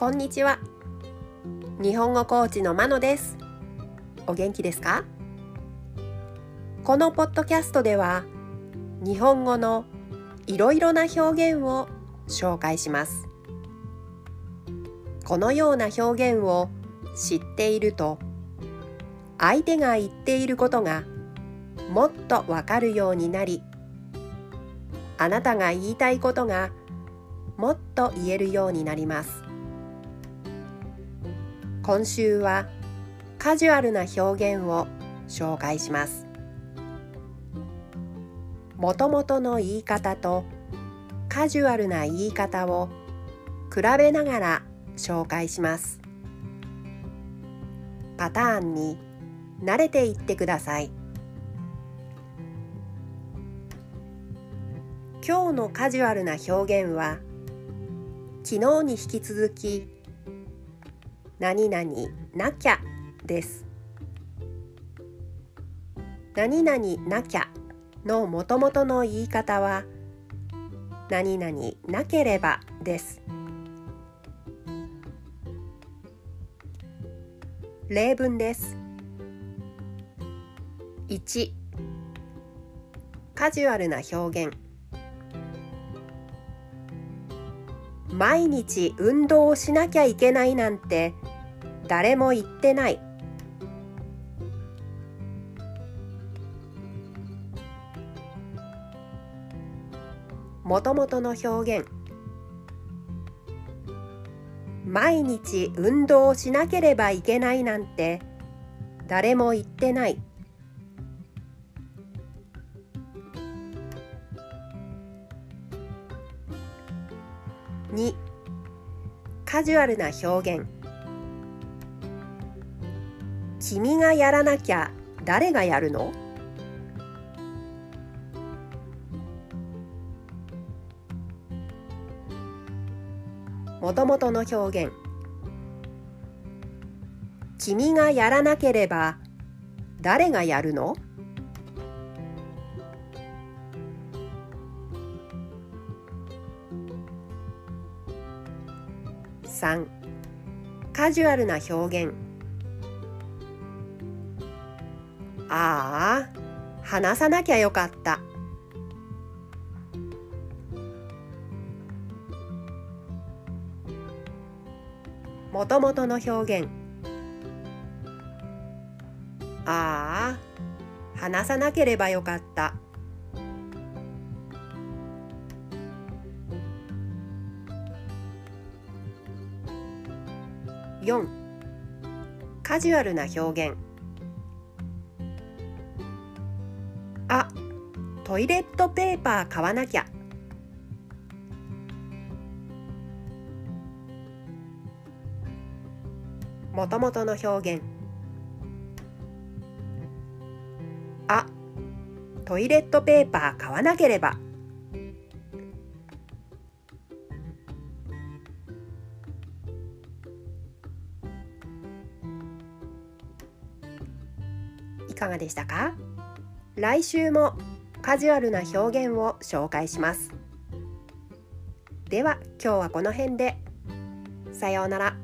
こんにちは。日本語コーチのまのです。お元気ですか？このポッドキャストでは日本語のいろいろな表現を紹介します。このような表現を知っていると、相手が言っていることがもっとわかるようになり、あなたが言いたいことがもっと言えるようになります。今週はカジュアルな表現を紹介します。もともとの言い方とカジュアルな言い方を比べながら紹介します。パターンに慣れていってください。今日のカジュアルな表現は、昨日に引き続き何々なきゃです。何々なきゃのもともとの言い方は何々なければです。例文です。1、カジュアルな表現。毎日運動をしなきゃいけないなんて誰も言ってない。もともとの表現。毎日運動をしなければいけないなんて誰も言ってない。2、カジュアルな表現。君がやらなきゃ誰がやるの？もともとの表現。君がやらなければ誰がやるの？3、カジュアルな表現。ああ、話さなきゃよかった。もともとの表現。ああ、話さなければよかった。4、カジュアルな表現。あ、トイレットペーパー買わなきゃ。もともとの表現。あ、トイレットペーパー買わなければ。いかがでしたか？来週もカジュアルな表現を紹介します。では今日はこの辺で。さようなら。